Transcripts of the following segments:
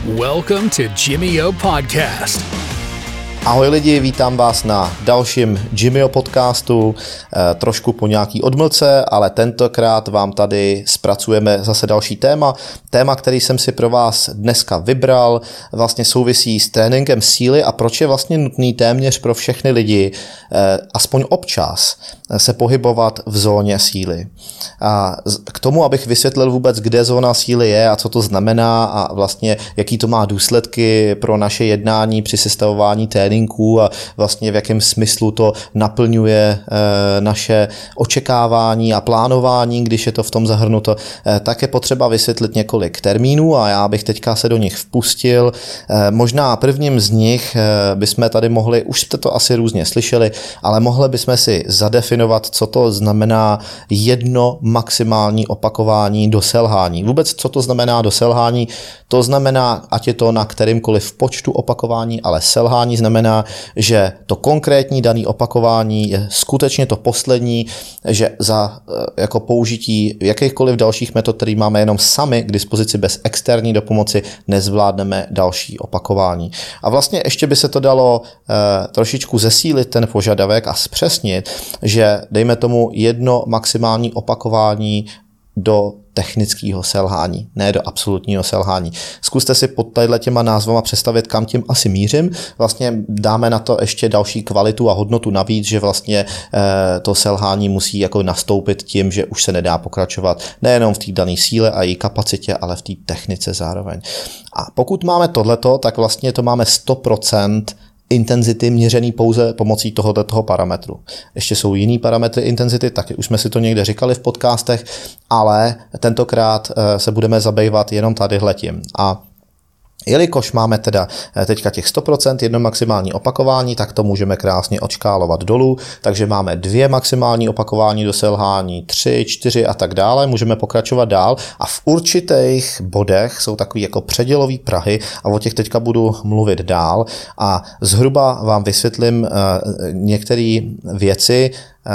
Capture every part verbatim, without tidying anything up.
Welcome to Jimmy O Podcast. Ahoj lidi, vítám vás na dalším Jimmy O podcastu, e, trošku po nějaký odmlce, ale tentokrát vám tady zpracujeme zase další téma. Téma, který jsem si pro vás dneska vybral, vlastně souvisí s tréninkem síly a proč je vlastně nutný téměř pro všechny lidi, e, aspoň občas, se pohybovat v zóně síly. A k tomu, abych vysvětlil vůbec, kde zóna síly je a co to znamená a vlastně jaký to má důsledky pro naše jednání při sestavování tréninků a vlastně v jakém smyslu to naplňuje e, naše očekávání a plánování, když je to v tom zahrnuto, e, tak je potřeba vysvětlit několik termínů a já bych teďka se do nich vpustil. E, možná prvním z nich e, bychom tady mohli, už jste to asi různě slyšeli, ale mohli bychom si zadefinovat, co to znamená jedno maximální opakování do selhání. Vůbec, co to znamená do selhání? To znamená, ať je to na kterýmkoliv počtu opakování, ale selhání znamená, že to konkrétní dané opakování je skutečně to poslední, že za jako použití jakýchkoliv dalších metod, který máme jenom sami k dispozici bez externí dopomoci, nezvládneme další opakování. A vlastně ještě by se to dalo eh, trošičku zesílit ten požadavek a zpřesnit, že dejme tomu jedno maximální opakování do technického selhání, ne do absolutního selhání. Zkuste si pod tadyhle těma názvama představit, kam tím asi mířím. Vlastně dáme na to ještě další kvalitu a hodnotu navíc, že vlastně e, to selhání musí jako nastoupit tím, že už se nedá pokračovat nejenom v té dané síle a její kapacitě, ale v té technice zároveň. A pokud máme tohleto, tak vlastně to máme sto procent intenzity měřený pouze pomocí tohoto toho parametru. Ještě jsou jiný parametry intenzity, taky už jsme si to někde říkali v podcastech, ale tentokrát se budeme zabývat jenom tadyhletím. A jelikož máme teda teďka těch sto procent jedno maximální opakování, tak to můžeme krásně odškálovat dolů, takže máme dvě maximální opakování do selhání, tři, čtyři a tak dále, můžeme pokračovat dál a v určitých bodech jsou takový jako předělový prahy a o těch teďka budu mluvit dál a zhruba vám vysvětlím uh, některé věci,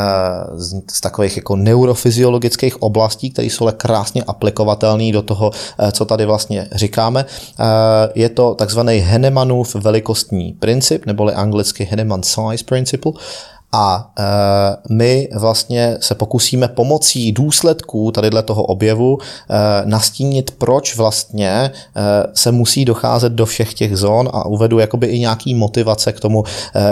z takových jako neurofyziologických oblastí, které jsou krásně aplikovatelné do toho, co tady vlastně říkáme. Je to takzvaný Hennemanův velikostní princip, neboli anglicky Henneman size principle. A e, my vlastně se pokusíme pomocí důsledků tadyhle toho objevu e, nastínit, proč vlastně e, se musí docházet do všech těch zón a uvedu jakoby i nějaký motivace k tomu,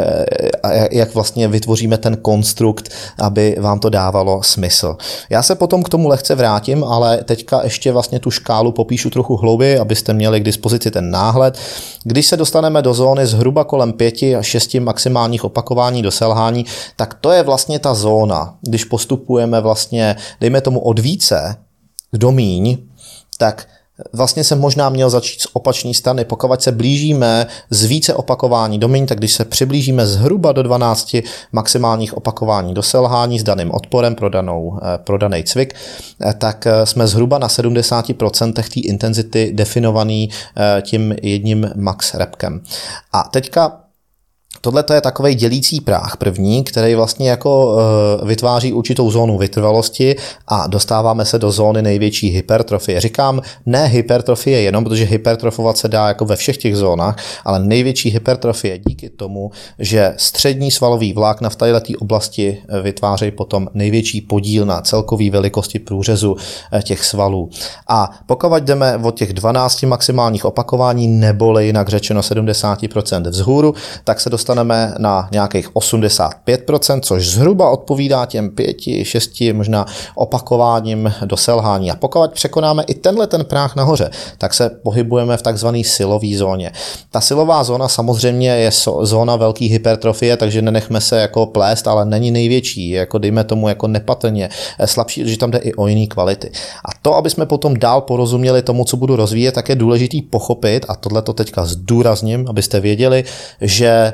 e, jak vlastně vytvoříme ten konstrukt, aby vám to dávalo smysl. Já se potom k tomu lehce vrátím, ale teďka ještě vlastně tu škálu popíšu trochu hlouběji, abyste měli k dispozici ten náhled. Když se dostaneme do zóny zhruba kolem pěti až šesti maximálních opakování do selhání, tak to je vlastně ta zóna. Když postupujeme vlastně, dejme tomu od více do míň, tak vlastně jsem možná měl začít z opačné strany. Pokud se blížíme z více opakování do míň, tak když se přiblížíme zhruba do dvanácti maximálních opakování do selhání s daným odporem pro, danou, pro daný cvik, tak jsme zhruba na sedmdesát procent té intenzity definovaný tím jedním max repkem. A teďka tohle je takovej dělící práh první, který vlastně jako e, vytváří určitou zónu vytrvalosti a dostáváme se do zóny největší hypertrofie. Říkám ne hypertrofie jenom, protože hypertrofovat se dá jako ve všech těch zónách, ale největší hypertrofie díky tomu, že střední svalový vlákna v této oblasti vytvářejí potom největší podíl na celkové velikosti průřezu těch svalů. A pokud jdeme od těch dvanácti maximálních opakování, neboli jinak řečeno sedmdesát procent vzhůru, tak se dostaneme na nějakých osmdesát pět procent, což zhruba odpovídá těm pěti, šesti možná opakováním do selhání. A pokud překonáme i tenhle ten práh nahoře, tak se pohybujeme v takzvané silové zóně. Ta silová zóna samozřejmě je zóna velké hypertrofie, takže nenechme se jako plést, ale není největší, jako dejme tomu jako nepatrně slabší, že tam jde i o jiné kvality. A to, aby jsme potom dál porozuměli tomu, co budu rozvíjet, tak je důležitý pochopit, a tohle to teďka zdůrazním, abyste věděli, že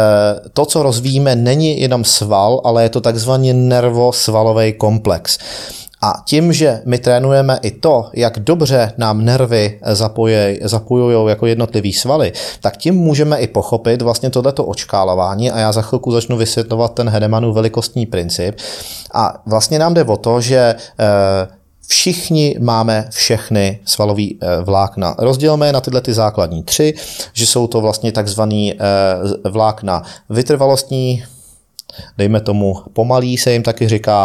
to, co rozvíjíme, není jenom sval, ale je to takzvaný nervosvalový komplex. A tím, že my trénujeme i to, jak dobře nám nervy zapojují jako jednotlivý svaly, tak tím můžeme i pochopit vlastně tohleto odškálování a já za chvilku začnu vysvětlovat ten Hennemanův velikostní princip. A vlastně nám jde o to, že Všichni máme všechny svalové vlákna. Rozdělíme je na tyhle ty základní tři, že jsou to vlastně takzvaný vlákna vytrvalostní, dejme tomu pomalý se jim taky říká,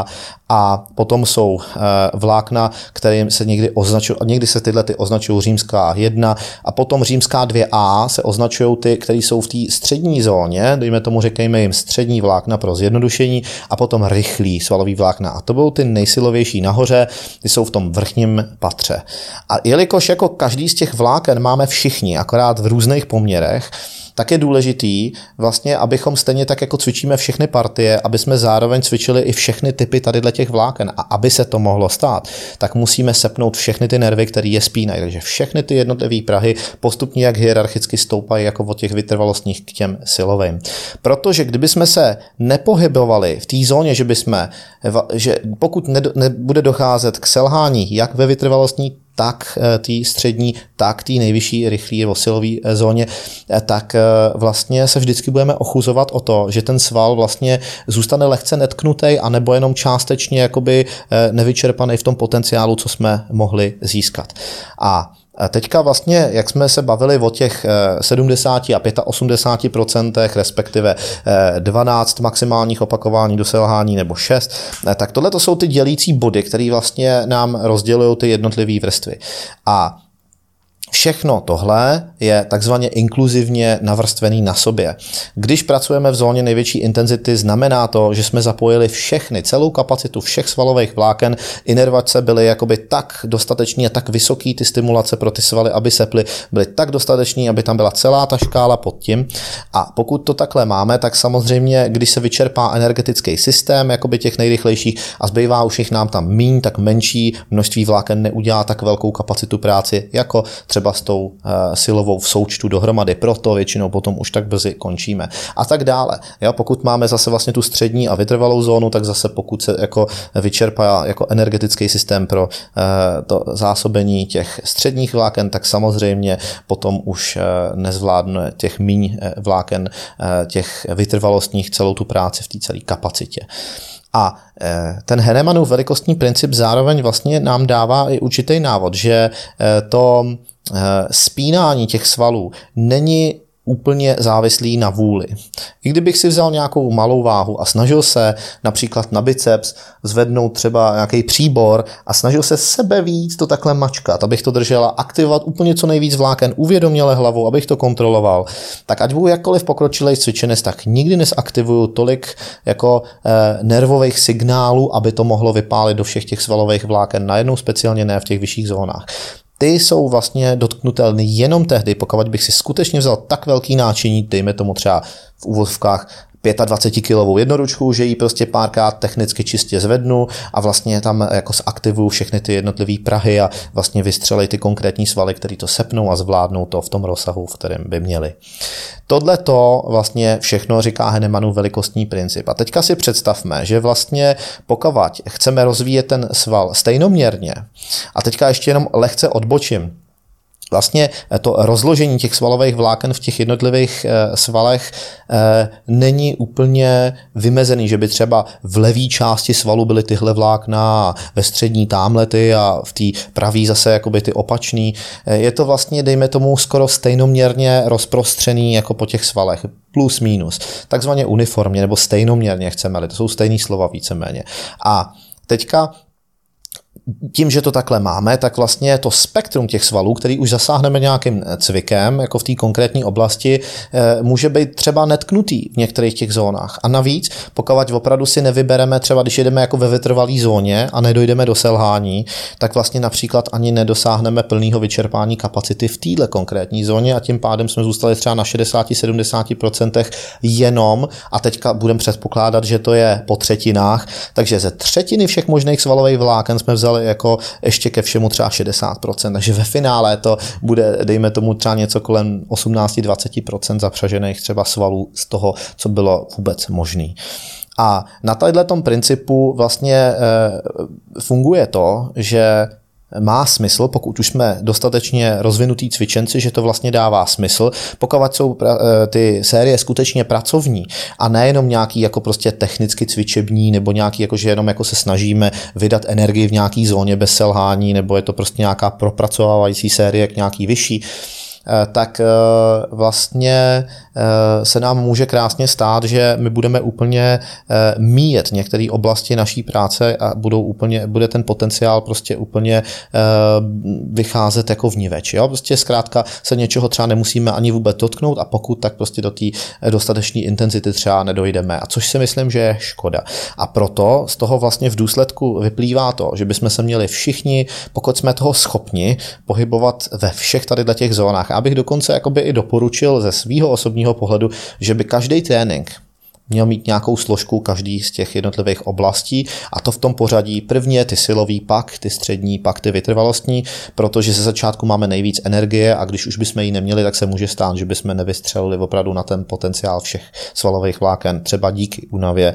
a potom jsou vlákna, které se někdy označují, někdy se tyhle ty označují římská jedna a potom římská dvě á se označují ty, které jsou v té střední zóně, dejme tomu řekejme jim střední vlákna pro zjednodušení a potom rychlý svalový vlákna. A to budou ty nejsilovější nahoře, ty jsou v tom vrchním patře. A jelikož jako každý z těch vláken máme všichni, akorát v různých poměrech, tak je důležitý vlastně, abychom stejně tak jako cvičíme všechny partie, aby jsme zároveň cvičili i všechny typy tadyhle těch vláken. A aby se to mohlo stát, tak musíme sepnout všechny ty nervy, které je spínají. Takže všechny ty jednotlivé prahy postupně jak hierarchicky stoupají jako od těch vytrvalostních k těm silovým. Protože kdyby jsme se nepohybovali v té zóně, že bychom, že pokud nebude docházet k selhání jak ve vytrvalostní, tak té střední, tak té nejvyšší rychlé nebo silové zóně, tak vlastně se vždycky budeme ochuzovat o to, že ten sval vlastně zůstane lehce netknutý a nebo jenom částečně jakoby nevyčerpaný v tom potenciálu, co jsme mohli získat. A teďka vlastně, jak jsme se bavili o těch sedmdesáti a osmdesáti pěti procentech, respektive dvanáct maximálních opakování do selhání nebo šest, tak tohle to jsou ty dělící body, které vlastně nám rozdělují ty jednotlivé vrstvy. A všechno tohle je takzvaně inkluzivně navrstvený na sobě. Když pracujeme v zóně největší intenzity, znamená to, že jsme zapojili všechny, celou kapacitu všech svalových vláken, inervace byly jakoby tak dostateční a tak vysoký ty stimulace pro ty svaly, aby seply, byly tak dostateční, aby tam byla celá ta škála pod tím. A pokud to takhle máme, tak samozřejmě, když se vyčerpá energetický systém, jakoby těch nejrychlejších a zbývá už jich nám tam míň, tak menší množství vláken neudělá tak velkou kapacitu práci, jako třeba s tou uh, silovou v součtu dohromady, proto většinou potom už tak brzy končíme. A tak dále. Jo, pokud máme zase vlastně tu střední a vytrvalou zónu, tak zase pokud se jako vyčerpá jako energetický systém pro uh, to zásobení těch středních vláken, tak samozřejmě potom už uh, nezvládne těch míň vláken, uh, těch vytrvalostních celou tu práci v té celé kapacitě. A ten Hahnemannův velikostní princip zároveň vlastně nám dává i určitý návod, že to spínání těch svalů není úplně závislý na vůli. I kdybych si vzal nějakou malou váhu a snažil se například na biceps zvednout třeba nějaký příbor a snažil se sebe víc to takhle mačkat, abych to držel a aktivovat úplně co nejvíc vláken, uvědoměle hlavou, abych to kontroloval, tak ať budu jakkoliv pokročilej cvičenec, tak nikdy nesaktivuju tolik jako eh, nervových signálů, aby to mohlo vypálit do všech těch svalových vláken, najednou speciálně ne v těch vyšších zónách. Ty jsou vlastně dotknutelný jenom tehdy, pokud bych si skutečně vzal tak velký náčiní, dejme tomu třeba v úvozovkách dvacetipětikilovou jednoručku, že ji prostě párkrát technicky čistě zvednu a vlastně tam jako zaktivuju všechny ty jednotlivé prahy a vlastně vystřelej ty konkrétní svaly, které to sepnou a zvládnou to v tom rozsahu, v kterém by měli. Tohle to vlastně všechno říká Hahnemannův velikostní princip. A teďka si představme, že vlastně pokud chceme rozvíjet ten sval stejnoměrně, a teďka ještě jenom lehce odbočím, vlastně to rozložení těch svalových vláken v těch jednotlivých svalech není úplně vymezený, že by třeba v levé části svalu byly tyhle vlákna, ve střední támlety a v té pravý zase jakoby ty opačný. Je to vlastně, dejme tomu, skoro stejnoměrně rozprostřený jako po těch svalech. Plus minus. Takzvaně uniformně nebo stejnoměrně, chceme-li. To jsou stejný slova víceméně. A teďka tím, že to takhle máme, tak vlastně to spektrum těch svalů, který už zasáhneme nějakým cvikem, jako v té konkrétní oblasti, může být třeba netknutý v některých těch zónách. A navíc, pokud opravdu si nevybereme, třeba když jedeme jako ve vytrvalé zóně a nedojdeme do selhání, tak vlastně například ani nedosáhneme plného vyčerpání kapacity v téhle konkrétní zóně a tím pádem jsme zůstali třeba na šedesát až sedmdesát procent jenom, a teďka budeme předpokládat, že to je po třetinách, takže ze třetiny všech možných svalových vláken jsme vzali jako ještě ke všemu třeba šedesát procent, takže ve finále to bude, dejme tomu, třeba něco kolem osmnáct až dvacet procent zapřažených třeba svalů z toho, co bylo vůbec možný. A na tadyhle tom principu vlastně e, funguje to, že má smysl, pokud už jsme dostatečně rozvinutí cvičenci, že to vlastně dává smysl, pokud jsou ty série skutečně pracovní a nejenom nějaký jako prostě technicky cvičební nebo nějaký jako, že jenom jako se snažíme vydat energii v nějaký zóně bez selhání nebo je to prostě nějaká propracovávající série k nějaký vyšší, tak vlastně se nám může krásně stát, že my budeme úplně míjet některé oblasti naší práce a budou úplně, bude ten potenciál prostě úplně vycházet jako vniveč. Jo? Prostě zkrátka se něčeho třeba nemusíme ani vůbec dotknout a pokud, tak prostě do té dostatečné intenzity třeba nedojdeme. A což si myslím, že je škoda. A proto z toho vlastně v důsledku vyplývá to, že bychom se měli všichni, pokud jsme toho schopni, pohybovat ve všech tady těch zónách. Abych dokonce jakoby i doporučil ze svého osobního pohledu, že by každý trénink měl mít nějakou složku každý z těch jednotlivých oblastí a to v tom pořadí. První je ty silový, pak ty střední, pak ty vytrvalostní, protože ze začátku máme nejvíc energie a když už bychom ji neměli, tak se může stát, že bychom nevystřelili opravdu na ten potenciál všech svalových vláken, třeba díky únavě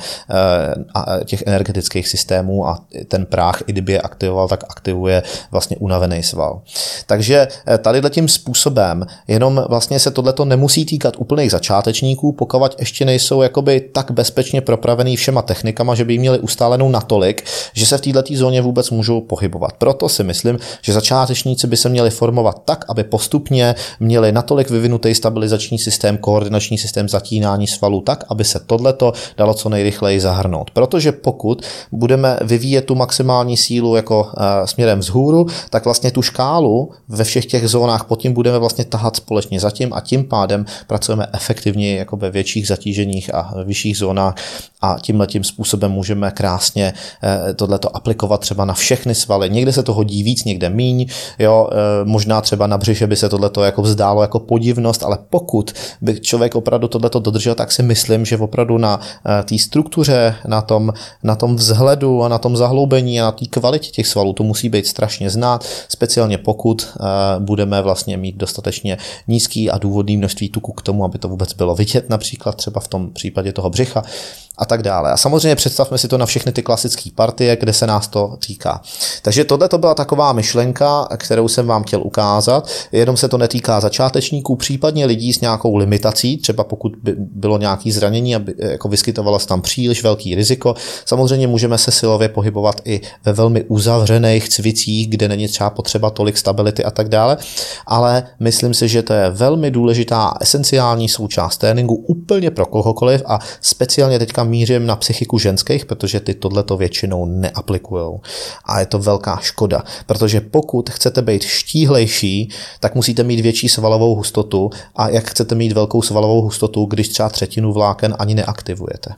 e, těch energetických systémů a ten práh, i kdyby je aktivoval, tak aktivuje vlastně unavený sval. Takže tady tím způsobem jenom vlastně se tohleto nemusí týkat úplných začátečníků, pokud ještě nejsou jakoby tak bezpečně propravený všema technikama, že by ji měli ustálenou natolik, že se v této zóně vůbec můžou pohybovat. Proto si myslím, že začátečníci by se měli formovat tak, aby postupně měli natolik vyvinutý stabilizační systém, koordinační systém zatínání svalů, tak, aby se tohleto dalo co nejrychleji zahrnout. Protože pokud budeme vyvíjet tu maximální sílu jako e, směrem vzhůru, tak vlastně tu škálu ve všech těch zónách pod tím budeme vlastně tahat společně zatím a tím pádem pracujeme efektivněji jako ve větších zatíženích a vyšších zónách a tímhletím způsobem můžeme krásně tohleto aplikovat třeba na všechny svaly. Někde se to hodí víc, někde míň, jo, možná třeba na břiše by se tohleto jako vzdálo jako podivnost, ale pokud by člověk opravdu tohleto dodržel, tak si myslím, že opravdu na té struktuře, na tom, na tom vzhledu a na tom zahloubení a na té kvalitě těch svalů to musí být strašně znát, speciálně pokud budeme vlastně mít dostatečně nízký a důvodný množství tuku k tomu, aby to vůbec bylo vidět, například třeba v tom případě toho břicha a tak dále. A samozřejmě představme si to na všechny ty klasické partie, kde se nás to týká. Takže tohle to byla taková myšlenka, kterou jsem vám chtěl ukázat. Jenom se to netýká začátečníků, případně lidí s nějakou limitací, třeba pokud by bylo nějaké zranění a jako vyskytovalo se tam příliš velký riziko. Samozřejmě můžeme se silově pohybovat i ve velmi uzavřených cvicích, kde není třeba potřeba tolik stability a tak dále, ale myslím si, že to je velmi důležitá a esenciální součást tréninku úplně pro kohokoliv a speciálně teďka mířím na psychiku ženských, protože ty tohleto většinou neaplikujou. A je to velká škoda, protože pokud chcete být štíhlejší, tak musíte mít větší svalovou hustotu a jak chcete mít velkou svalovou hustotu, když třeba třetinu vláken ani neaktivujete.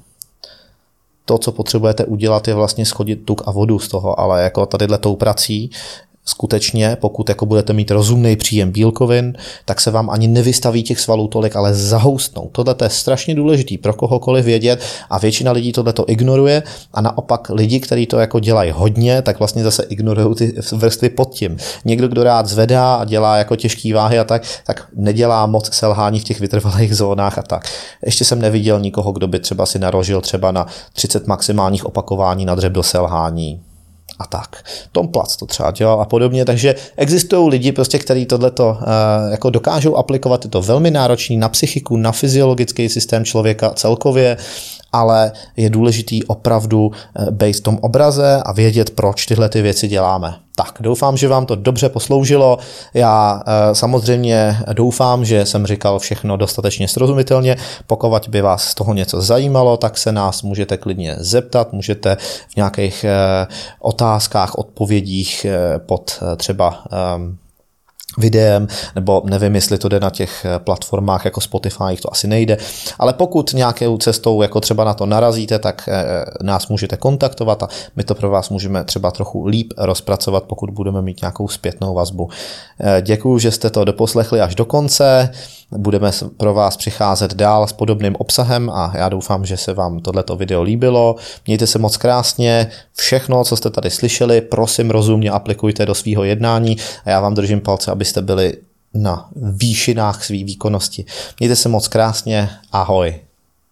To, co potřebujete udělat, je vlastně schodit tuk a vodu z toho, ale jako tadyhle tou prací skutečně, pokud jako budete mít rozumný příjem bílkovin, tak se vám ani nevystaví těch svalů tolik, ale zahoustnou. Tohle je strašně důležitý pro kohokoliv vědět a většina lidí tohle to ignoruje a naopak lidi, kteří to jako dělají hodně, tak vlastně zase ignorují ty vrstvy pod tím. Někdo, kdo rád zvedá a dělá jako těžký váhy a tak, tak nedělá moc selhání v těch vytrvalých zónách a tak. Ještě jsem neviděl nikoho, kdo by třeba si narožil třeba na třicet maximálních opakování na dřep do selhání. A tak. Tom Platz to třeba dělal a podobně, takže existují lidi, prostě, kteří tohleto uh, jako dokážou aplikovat, je to velmi náročný na psychiku, na fyziologický systém člověka celkově, ale je důležitý opravdu být v tom obraze a vědět, proč tyhle ty věci děláme. Tak, doufám, že vám to dobře posloužilo. Já e, samozřejmě doufám, že jsem říkal všechno dostatečně srozumitelně. Pokud by vás z toho něco zajímalo, tak se nás můžete klidně zeptat, můžete v nějakých e, otázkách, odpovědích e, pod e, třeba e, videem, nebo nevím, jestli to jde na těch platformách jako Spotify, to asi nejde, ale pokud nějakou cestou jako třeba na to narazíte, tak nás můžete kontaktovat a my to pro vás můžeme třeba trochu líp rozpracovat, pokud budeme mít nějakou zpětnou vazbu. Děkuju, že jste to doposlechli až do konce, budeme pro vás přicházet dál s podobným obsahem a já doufám, že se vám tohleto video líbilo. Mějte se moc krásně, všechno, co jste tady slyšeli, prosím rozumně aplikujte do svého jednání a já vám držím palce, abyste byli na výšinách své výkonnosti. Mějte se moc krásně, ahoj.